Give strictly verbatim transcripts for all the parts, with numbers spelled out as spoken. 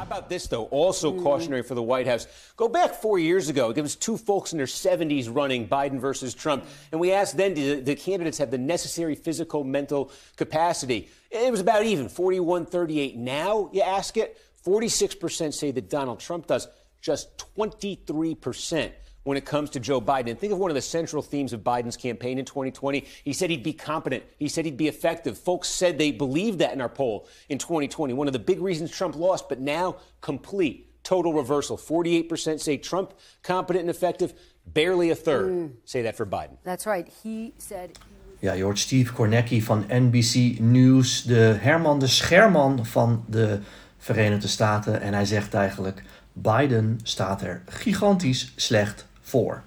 about this, though? Also cautionary for the White House. Go back four years ago. It was two folks in their seventies running, Biden versus Trump. And we asked then, do the candidates have the necessary physical, mental capacity? It was about even, forty-one thirty-eight. Now, you ask it, forty-six percent say that Donald Trump does, just twenty-three percent when it comes to Joe Biden. And think of one of the central themes of Biden's campaign in twenty twenty. He said he'd be competent. He said he'd be effective. Folks said they believed that in our poll in twenty twenty. One of the big reasons Trump lost, but now complete, total reversal. forty-eight percent say Trump competent and effective. Barely a third mm. say that for Biden. That's right. He said... Ja, je hoort Steve Kornacki van N B C News, de Herman de Scherman van de Verenigde Staten. En hij zegt eigenlijk, Biden staat er gigantisch slecht voor.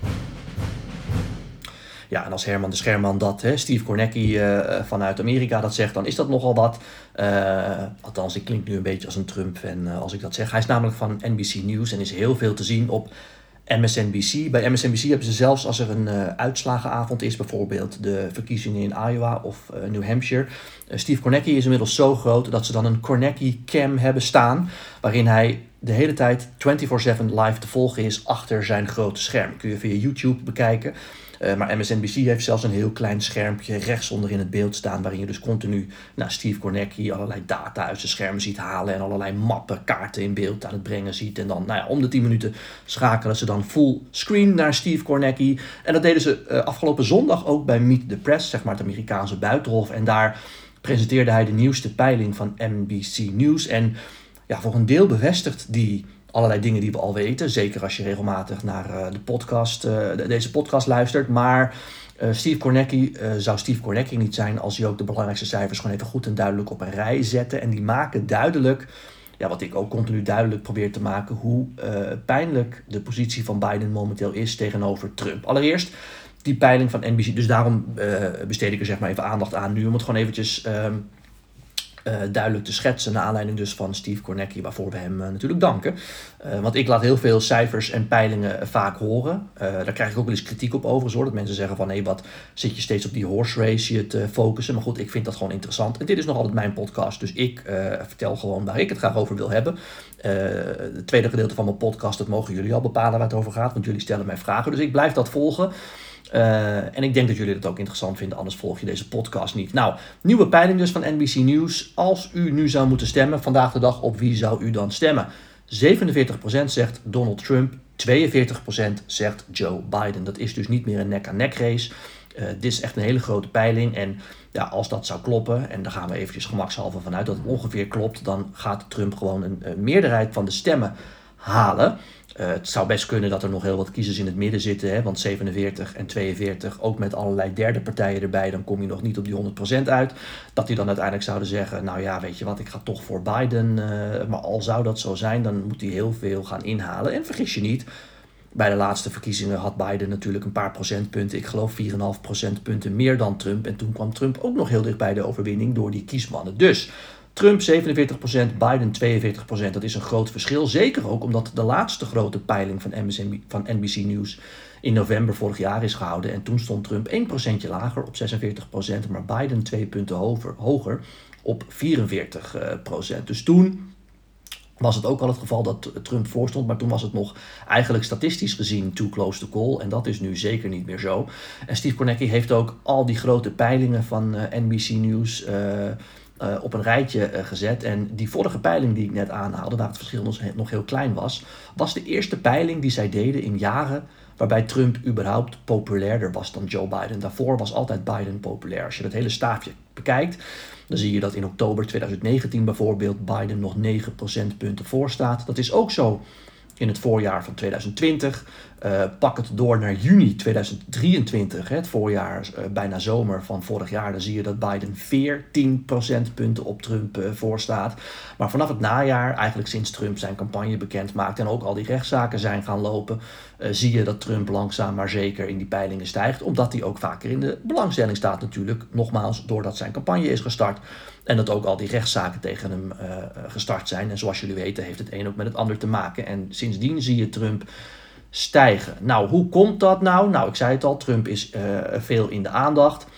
Ja, en als Herman de Scherman dat, hè, Steve Kornacki uh, vanuit Amerika dat zegt, dan is dat nogal wat. Uh, althans, ik klink nu een beetje als een Trump-fan uh, als ik dat zeg. Hij is namelijk van N B C News en is heel veel te zien op M S N B C. Bij M S N B C hebben ze zelfs als er een uh, uitslagenavond is, bijvoorbeeld de verkiezingen in Iowa of uh, New Hampshire. Uh, Steve Kornacki is inmiddels zo groot dat ze dan een Kornacki cam hebben staan, waarin hij de hele tijd vierentwintig zeven live te volgen is achter zijn grote scherm. Kun je via YouTube bekijken. Uh, maar M S N B C heeft zelfs een heel klein schermpje rechtsonder in het beeld staan, waarin je dus continu nou, Steve Kornacki allerlei data uit zijn scherm ziet halen en allerlei mappen, kaarten in beeld aan het brengen ziet. En dan nou ja, om de tien minuten schakelen ze dan full screen naar Steve Kornacki. En dat deden ze uh, afgelopen zondag ook bij Meet the Press, zeg maar het Amerikaanse buitenhof. En daar presenteerde hij de nieuwste peiling van N B C News. En ja, voor een deel bevestigt die allerlei dingen die we al weten. Zeker als je regelmatig naar uh, de podcast, uh, deze podcast luistert. Maar uh, Steve Kornacki uh, zou Steve Kornacki niet zijn als hij ook de belangrijkste cijfers gewoon even goed en duidelijk op een rij zette. En die maken duidelijk, ja, wat ik ook continu duidelijk probeer te maken, hoe uh, pijnlijk de positie van Biden momenteel is tegenover Trump. Allereerst die peiling van N B C. Dus daarom uh, besteed ik er zeg maar even aandacht aan nu. Om het gewoon eventjes Uh, Uh, duidelijk te schetsen, naar aanleiding dus van Steve Kornacki, waarvoor we hem uh, natuurlijk danken. Uh, want ik laat heel veel cijfers en peilingen uh, vaak horen. Uh, daar krijg ik ook wel eens kritiek op overigens, hoor. Dat mensen zeggen van, hé, wat zit je steeds op die horse race je te focussen. Maar goed, ik vind dat gewoon interessant. En dit is nog altijd mijn podcast, dus ik uh, vertel gewoon waar ik het graag over wil hebben. Uh, het tweede gedeelte van mijn podcast, dat mogen jullie al bepalen waar het over gaat, want jullie stellen mij vragen. Dus ik blijf dat volgen. Uh, en ik denk dat jullie dat ook interessant vinden, anders volg je deze podcast niet. Nou, nieuwe peiling dus van N B C News. Als u nu zou moeten stemmen, vandaag de dag, op wie zou u dan stemmen? zevenenveertig procent zegt Donald Trump, tweeënveertig procent zegt Joe Biden. Dat is dus niet meer een nek-aan-nek race. Uh, dit is echt een hele grote peiling. En ja, als dat zou kloppen, en daar gaan we eventjes gemakshalve vanuit dat het ongeveer klopt, dan gaat Trump gewoon een, een meerderheid van de stemmen halen. Uh, het zou best kunnen dat er nog heel wat kiezers in het midden zitten, hè, want zevenenveertig en tweeënveertig, ook met allerlei derde partijen erbij, dan kom je nog niet op die honderd procent uit. Dat die dan uiteindelijk zouden zeggen, nou ja, weet je wat, ik ga toch voor Biden. Uh, maar al zou dat zo zijn, dan moet hij heel veel gaan inhalen. En vergis je niet, bij de laatste verkiezingen had Biden natuurlijk een paar procentpunten, ik geloof vier komma vijf procentpunten meer dan Trump. En toen kwam Trump ook nog heel dicht bij de overwinning door die kiesmannen. Dus Trump zevenenveertig procent, Biden tweeënveertig procent. Dat is een groot verschil. Zeker ook omdat de laatste grote peiling van, M S N B, van N B C News in november vorig jaar is gehouden. En toen stond Trump één procentje lager op zesenveertig procent. Maar Biden twee punten hoger, hoger op vierenveertig procent. Dus toen was het ook al het geval dat Trump voorstond. Maar toen was het nog eigenlijk statistisch gezien too close to call. En dat is nu zeker niet meer zo. En Steve Kornacki heeft ook al die grote peilingen van uh, N B C News Uh, Uh, op een rijtje uh, gezet. En die vorige peiling die ik net aanhaalde, waar het verschil nog, nog heel klein was, was de eerste peiling die zij deden in jaren waarbij Trump überhaupt populairder was dan Joe Biden. Daarvoor was altijd Biden populair. Als je dat hele staafje bekijkt, dan zie je dat in oktober twintig negentien bijvoorbeeld Biden nog negen procentpunten voor staat. Dat is ook zo in het voorjaar van twintig twintig. Uh, pak het door naar juni twintig drieëntwintig, hè, het voorjaar, uh, bijna zomer van vorig jaar. Dan zie je dat Biden veertien procentpunten op Trump uh, voorstaat. Maar vanaf het najaar, eigenlijk sinds Trump zijn campagne bekend maakt en ook al die rechtszaken zijn gaan lopen, uh, zie je dat Trump langzaam maar zeker in die peilingen stijgt. Omdat hij ook vaker in de belangstelling staat natuurlijk. Nogmaals, doordat zijn campagne is gestart. En dat ook al die rechtszaken tegen hem uh, gestart zijn. En zoals jullie weten heeft het een ook met het ander te maken. En sindsdien zie je Trump stijgen. Nou, hoe komt dat nou? Nou, ik zei het al, Trump is uh, veel in de aandacht.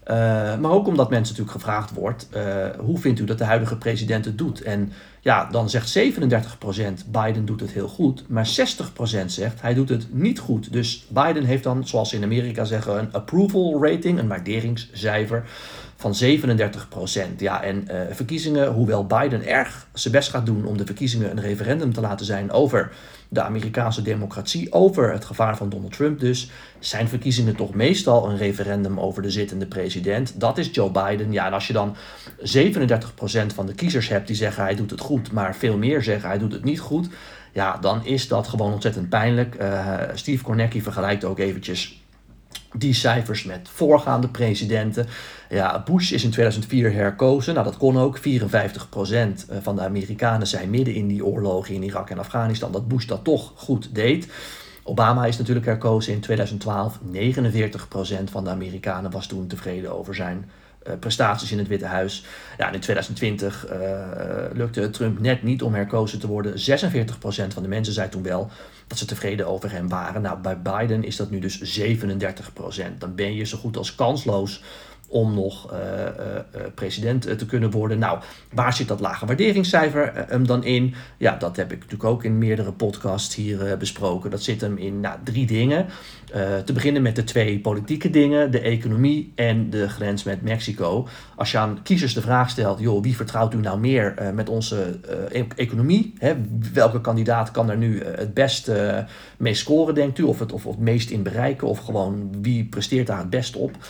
Uh, maar ook omdat mensen natuurlijk gevraagd wordt, uh, hoe vindt u dat de huidige president het doet? En ja, dan zegt zevenendertig procent Biden doet het heel goed, maar zestig procent zegt hij doet het niet goed. Dus Biden heeft dan, zoals ze in Amerika zeggen, een approval rating, een waarderingscijfer van zevenendertig procent. Ja, en uh, verkiezingen, hoewel Biden erg zijn best gaat doen om de verkiezingen een referendum te laten zijn over de Amerikaanse democratie, over het gevaar van Donald Trump dus, zijn verkiezingen toch meestal een referendum over de zittende president. Dat is Joe Biden. Ja, en als je dan zevenendertig procent van de kiezers hebt die zeggen hij doet het goed, maar veel meer zeggen hij doet het niet goed, ja, dan is dat gewoon ontzettend pijnlijk. Uh, Steve Kornacki vergelijkt ook eventjes die cijfers met voorgaande presidenten. Ja, Bush is in tweeduizend vier herkozen. Nou, dat kon ook. vierenvijftig procent van de Amerikanen zijn midden in die oorlogen in Irak en Afghanistan dat Bush dat toch goed deed. Obama is natuurlijk herkozen in tweeduizend twaalf. negenenveertig procent van de Amerikanen was toen tevreden over zijn uh, prestaties in het Witte Huis. Ja, en in tweeduizend twintig uh, lukte het Trump net niet om herkozen te worden. zesenveertig procent van de mensen zei toen wel dat ze tevreden over hem waren. Nou, bij Biden is dat nu dus zevenendertig procent. Dan ben je zo goed als kansloos om nog uh, uh, president uh, te kunnen worden. Nou, waar zit dat lage waarderingscijfer uh, hem dan in? Ja, dat heb ik natuurlijk ook in meerdere podcasts hier uh, besproken. Dat zit hem in nou, drie dingen. Uh, te beginnen met de twee politieke dingen, de economie en de grens met Mexico. Als je aan kiezers de vraag stelt, joh, wie vertrouwt u nou meer uh, met onze uh, e- economie? Hè? Welke kandidaat kan er nu uh, het best uh, mee scoren, denkt u? Of het, of het meest in bereiken? Of gewoon wie presteert daar het best op?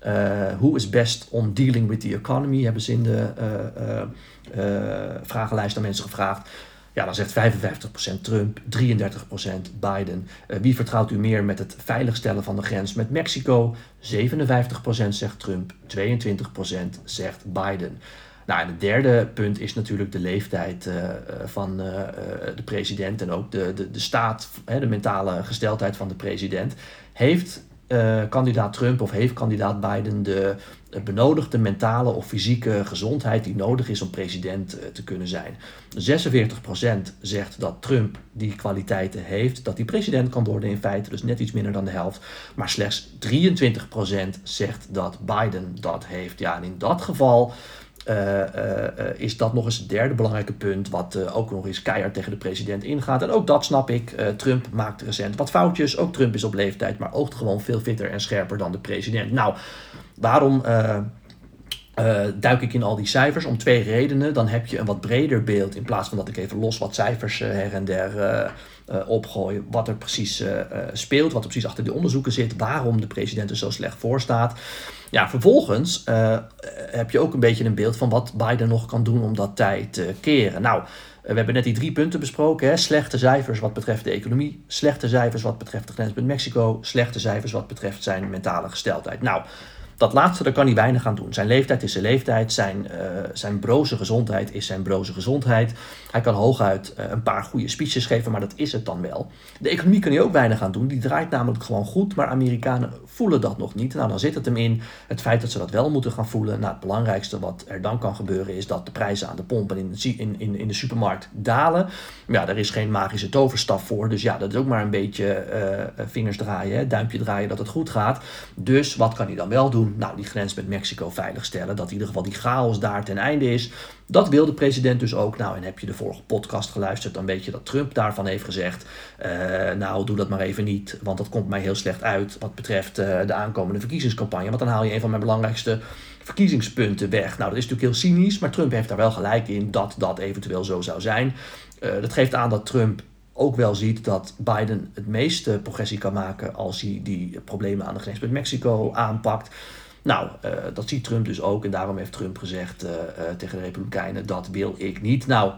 Who uh, is best on dealing with the economy, hebben ze in de uh, uh, uh, vragenlijst aan mensen gevraagd. Ja, dan zegt vijfenvijftig procent Trump, drieëndertig procent Biden. Uh, wie vertrouwt u meer met het veiligstellen van de grens met Mexico? zevenenvijftig procent zegt Trump, tweeëntwintig procent zegt Biden. Nou, en het derde punt is natuurlijk de leeftijd uh, van uh, de president en ook de, de, de staat, hè, de mentale gesteldheid van de president. Heeft Uh, kandidaat Trump of heeft kandidaat Biden de uh, benodigde mentale of fysieke gezondheid die nodig is om president uh, te kunnen zijn? zesenveertig procent zegt dat Trump die kwaliteiten heeft, dat hij president kan worden in feite, dus net iets minder dan de helft. Maar slechts drieëntwintig procent zegt dat Biden dat heeft. Ja, en in dat geval Uh, uh, uh, is dat nog eens het derde belangrijke punt wat uh, ook nog eens keihard tegen de president ingaat. En ook dat snap ik. Uh, Trump maakt recent wat foutjes. Ook Trump is op leeftijd, maar oogt gewoon veel fitter en scherper dan de president. Nou, waarom uh, uh, duik ik in al die cijfers? Om twee redenen. Dan heb je een wat breder beeld in plaats van dat ik even los wat cijfers uh, her en der uh, uh, opgooi. Wat er precies uh, uh, speelt, wat er precies achter die onderzoeken zit. Waarom de president er zo slecht voor staat. Ja, vervolgens uh, heb je ook een beetje een beeld van wat Biden nog kan doen om dat tij te keren. Nou, uh, we hebben net die drie punten besproken. Hè? Slechte cijfers wat betreft de economie. Slechte cijfers wat betreft de grens met Mexico. Slechte cijfers wat betreft zijn mentale gesteldheid. Nou, dat laatste, daar kan hij weinig aan doen. Zijn leeftijd is zijn leeftijd. Zijn, uh, zijn broze gezondheid is zijn broze gezondheid. Hij kan hooguit uh, een paar goede speeches geven, maar dat is het dan wel. De economie kan hij ook weinig aan doen. Die draait namelijk gewoon goed, maar Amerikanen voelen dat nog niet. Nou, dan zit het hem in het feit dat ze dat wel moeten gaan voelen. Nou, het belangrijkste wat er dan kan gebeuren is dat de prijzen aan de pomp en in de, in, in, in de supermarkt dalen. Ja, daar is geen magische toverstaf voor. Dus ja, dat is ook maar een beetje uh, vingers draaien, hè? Duimpje draaien dat het goed gaat. Dus wat kan hij dan wel doen? Nou, die grens met Mexico veiligstellen. Dat in ieder geval die chaos daar ten einde is. Dat wil de president dus ook. Nou, en heb je de vorige podcast geluisterd, dan weet je dat Trump daarvan heeft gezegd. Uh, nou, doe dat maar even niet, want dat komt mij heel slecht uit wat betreft uh, de aankomende verkiezingscampagne. Want dan haal je een van mijn belangrijkste verkiezingspunten weg. Nou, dat is natuurlijk heel cynisch, maar Trump heeft daar wel gelijk in dat dat eventueel zo zou zijn. Uh, dat geeft aan dat Trump ook wel ziet dat Biden het meeste progressie kan maken als hij die problemen aan de grens met Mexico aanpakt. Nou, uh, dat ziet Trump dus ook en daarom heeft Trump gezegd uh, uh, tegen de Republikeinen, dat wil ik niet. Nou,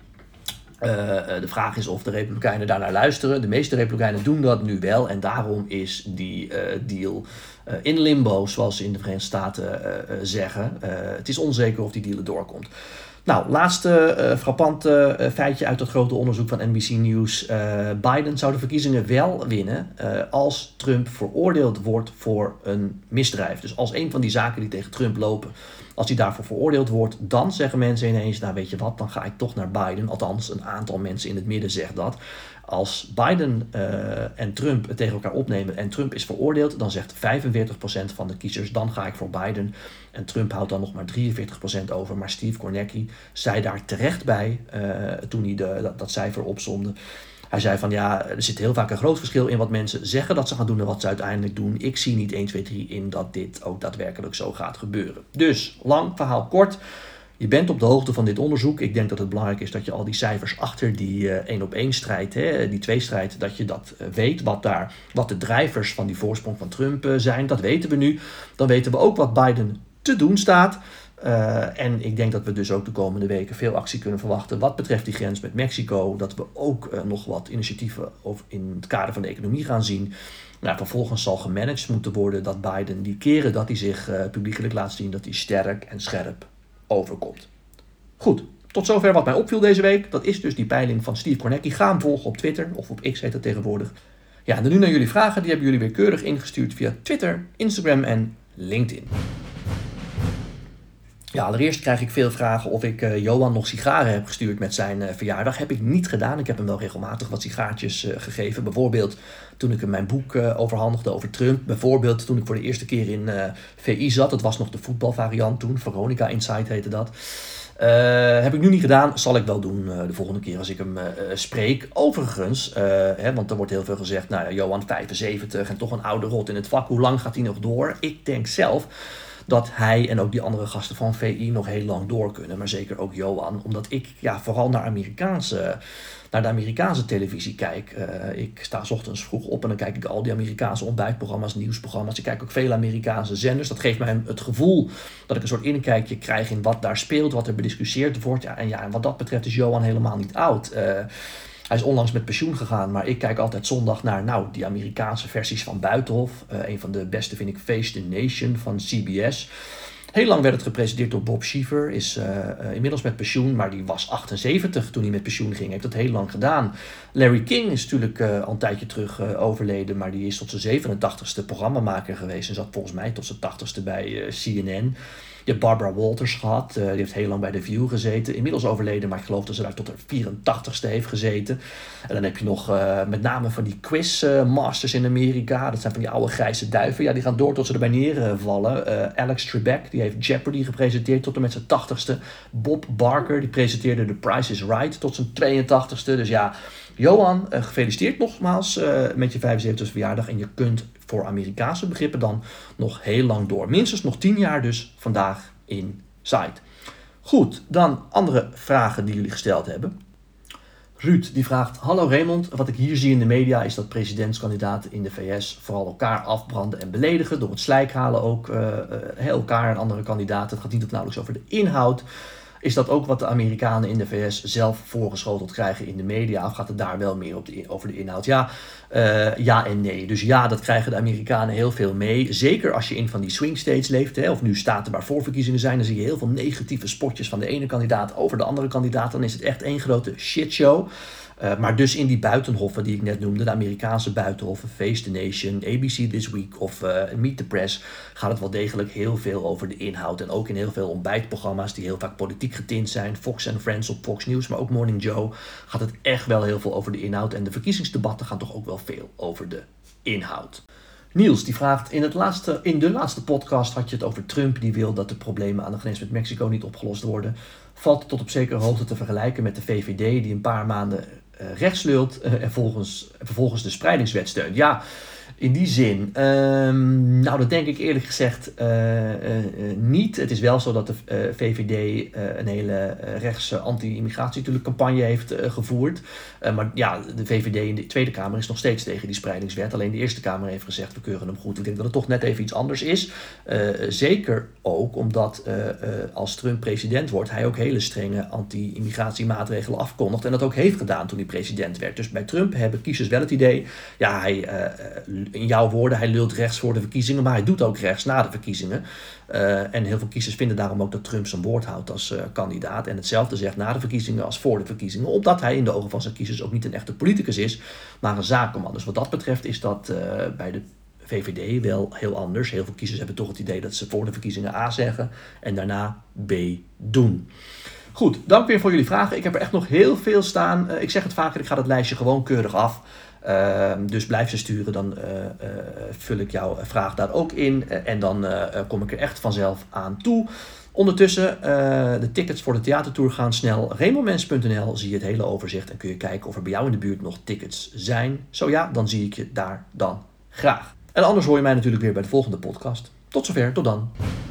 uh, de vraag is of de Republikeinen daarnaar luisteren. De meeste Republikeinen doen dat nu wel en daarom is die uh, deal uh, in limbo, zoals ze in de Verenigde Staten uh, uh, zeggen. Uh, het is onzeker of die deal er doorkomt. Nou, laatste uh, frappante uh, feitje uit dat grote onderzoek van N B C News. Uh, Biden zou de verkiezingen wel winnen uh, als Trump veroordeeld wordt voor een misdrijf. Dus als een van die zaken die tegen Trump lopen Als hij daarvoor veroordeeld wordt, dan zeggen mensen ineens, nou weet je wat, dan ga ik toch naar Biden. Althans, een aantal mensen in het midden zegt dat. Als Biden uh, en Trump het tegen elkaar opnemen en Trump is veroordeeld, dan zegt vijfenveertig procent van de kiezers, dan ga ik voor Biden. En Trump houdt dan nog maar drieënveertig procent over. Maar Steve Kornacki zei daar terecht bij uh, toen hij de, dat, dat cijfer opsomde. Hij zei van ja, er zit heel vaak een groot verschil in wat mensen zeggen dat ze gaan doen en wat ze uiteindelijk doen. Ik zie niet één, twee, drie in dat dit ook daadwerkelijk zo gaat gebeuren. Dus, lang verhaal kort. Je bent op de hoogte van dit onderzoek. Ik denk dat het belangrijk is dat je al die cijfers achter die uh, één op één strijd, hè, die tweestrijd, dat je dat uh, weet. Wat, daar, wat de drijvers van die voorsprong van Trump uh, zijn, dat weten we nu. Dan weten we ook wat Biden te doen staat. Uh, en ik denk dat we dus ook de komende weken veel actie kunnen verwachten wat betreft die grens met Mexico. Dat we ook uh, nog wat initiatieven over in het kader van de economie gaan zien. Nou, vervolgens zal gemanaged moeten worden dat Biden die keren dat hij zich uh, publiekelijk laat zien, dat hij sterk en scherp overkomt. Goed, tot zover wat mij opviel deze week. Dat is dus die peiling van Steve Kornacki. Ga hem volgen op Twitter, of op X heet het tegenwoordig. Ja, en dan nu naar jullie vragen. Die hebben jullie weer keurig ingestuurd via Twitter, Instagram en LinkedIn. Ja, allereerst krijg ik veel vragen of ik uh, Johan nog sigaren heb gestuurd met zijn uh, verjaardag. Heb ik niet gedaan. Ik heb hem wel regelmatig wat sigaartjes uh, gegeven. Bijvoorbeeld toen ik hem mijn boek uh, overhandigde over Trump. Bijvoorbeeld toen ik voor de eerste keer in uh, V I zat. Dat was nog de voetbalvariant toen. Veronica Insight heette dat. Uh, heb ik nu niet gedaan. Zal ik wel doen uh, de volgende keer als ik hem uh, spreek. Overigens, uh, hè, want er wordt heel veel gezegd, nou ja, Johan vijfenzeventig en toch een oude rot in het vak. Hoe lang gaat hij nog door? Ik denk zelf dat hij en ook die andere gasten van V I nog heel lang door kunnen. Maar zeker ook Johan. Omdat ik ja, vooral naar, Amerikaanse, naar de Amerikaanse televisie kijk. Uh, ik sta 's ochtends vroeg op en dan kijk ik al die Amerikaanse ontbijtprogramma's, nieuwsprogramma's. Ik kijk ook veel Amerikaanse zenders. Dat geeft mij het gevoel dat ik een soort inkijkje krijg in wat daar speelt, wat er bediscussieerd wordt. Ja, en, ja, en wat dat betreft is Johan helemaal niet oud. Uh, Hij is onlangs met pensioen gegaan, maar ik kijk altijd zondag naar nou, die Amerikaanse versies van Buitenhof. Uh, een van de beste vind ik Face the Nation van C B S. Heel lang werd het gepresenteerd door Bob Schiever, is uh, uh, inmiddels met pensioen, maar die was achtenzeventig toen hij met pensioen ging. Heeft dat heel lang gedaan. Larry King is natuurlijk uh, al een tijdje terug uh, overleden, maar die is tot zijn zevenentachtigste programmamaker geweest en zat volgens mij tot zijn tachtigste bij uh, C N N. Je hebt Barbara Walters gehad, uh, die heeft heel lang bij The View gezeten. Inmiddels overleden, maar ik geloof dat ze daar tot haar vierentachtigste heeft gezeten. En dan heb je nog uh, met name van die quizmasters uh, in Amerika. Dat zijn van die oude grijze duiven. Ja, die gaan door tot ze erbij neervallen. Uh, Alex Trebek, die heeft Jeopardy gepresenteerd tot en met zijn tachtigste. Bob Barker, die presenteerde The Price is Right tot zijn tweeëntachtigste. Dus ja, Johan, uh, gefeliciteerd nogmaals uh, met je vijfenzeventigste verjaardag. En je kunt voor Amerikaanse begrippen dan nog heel lang door. Minstens nog tien jaar dus vandaag in Site. Goed, dan andere vragen die jullie gesteld hebben. Ruud die vraagt, hallo Raymond, wat ik hier zie in de media is dat presidentskandidaten in de V S vooral elkaar afbranden en beledigen. Door het slijk halen ook uh, uh, elkaar en andere kandidaten. Het gaat niet of nauwelijks over de inhoud. Is dat ook wat de Amerikanen in de V S zelf voorgeschoteld krijgen in de media? Of gaat het daar wel meer op de, over de inhoud? Ja, uh, ja en nee. Dus ja, dat krijgen de Amerikanen heel veel mee. Zeker als je in van die swing states leeft, hè, of nu staten waar voorverkiezingen zijn, dan zie je heel veel negatieve spotjes van de ene kandidaat over de andere kandidaat. Dan is het echt één grote shitshow. Uh, maar dus in die buitenhoffen die ik net noemde, de Amerikaanse buitenhoffen, Face the Nation, A B C This Week of uh, Meet the Press, gaat het wel degelijk heel veel over de inhoud. En ook in heel veel ontbijtprogramma's die heel vaak politiek getint zijn, Fox and Friends op Fox News, maar ook Morning Joe, gaat het echt wel heel veel over de inhoud. En de verkiezingsdebatten gaan toch ook wel veel over de inhoud. Niels die vraagt, in, het laatste, in de laatste podcast had je het over Trump die wil dat de problemen aan de grens met Mexico niet opgelost worden. Valt het tot op zekere hoogte te vergelijken met de V V D die een paar maanden uh, rechts lult uh, en volgens, vervolgens de spreidingswet steunt. Ja, in die zin, um, nou dat denk ik eerlijk gezegd uh, uh, uh, niet. Het is wel zo dat de uh, V V D uh, een hele uh, rechtse anti-immigratie campagne heeft uh, gevoerd. Uh, maar ja, de V V D in de Tweede Kamer is nog steeds tegen die spreidingswet. Alleen de Eerste Kamer heeft gezegd, we keuren hem goed. Ik denk dat het toch net even iets anders is. Uh, zeker ook omdat uh, uh, als Trump president wordt, hij ook hele strenge anti-immigratiemaatregelen afkondigt. En dat ook heeft gedaan toen hij president werd. Dus bij Trump hebben kiezers wel het idee, ja, hij... Uh, in jouw woorden, hij lult rechts voor de verkiezingen, maar hij doet ook rechts na de verkiezingen. Uh, en heel veel kiezers vinden daarom ook dat Trump zijn woord houdt als uh, kandidaat. En hetzelfde zegt na de verkiezingen als voor de verkiezingen. Omdat hij in de ogen van zijn kiezers ook niet een echte politicus is, maar een zakenman. Dus wat dat betreft is dat uh, bij de V V V D wel heel anders. Heel veel kiezers hebben toch het idee dat ze voor de verkiezingen A zeggen en daarna B doen. Goed, dank weer voor jullie vragen. Ik heb er echt nog heel veel staan. Uh, ik zeg het vaker, ik ga het lijstje gewoon keurig af. Uh, dus blijf ze sturen, dan uh, uh, vul ik jouw vraag daar ook in. Uh, en dan uh, kom ik er echt vanzelf aan toe. Ondertussen, uh, de tickets voor de theatertour gaan snel. remomens punt n l zie je het hele overzicht en kun je kijken of er bij jou in de buurt nog tickets zijn. Zo ja, dan zie ik je daar dan graag. En anders hoor je mij natuurlijk weer bij de volgende podcast. Tot zover, tot dan.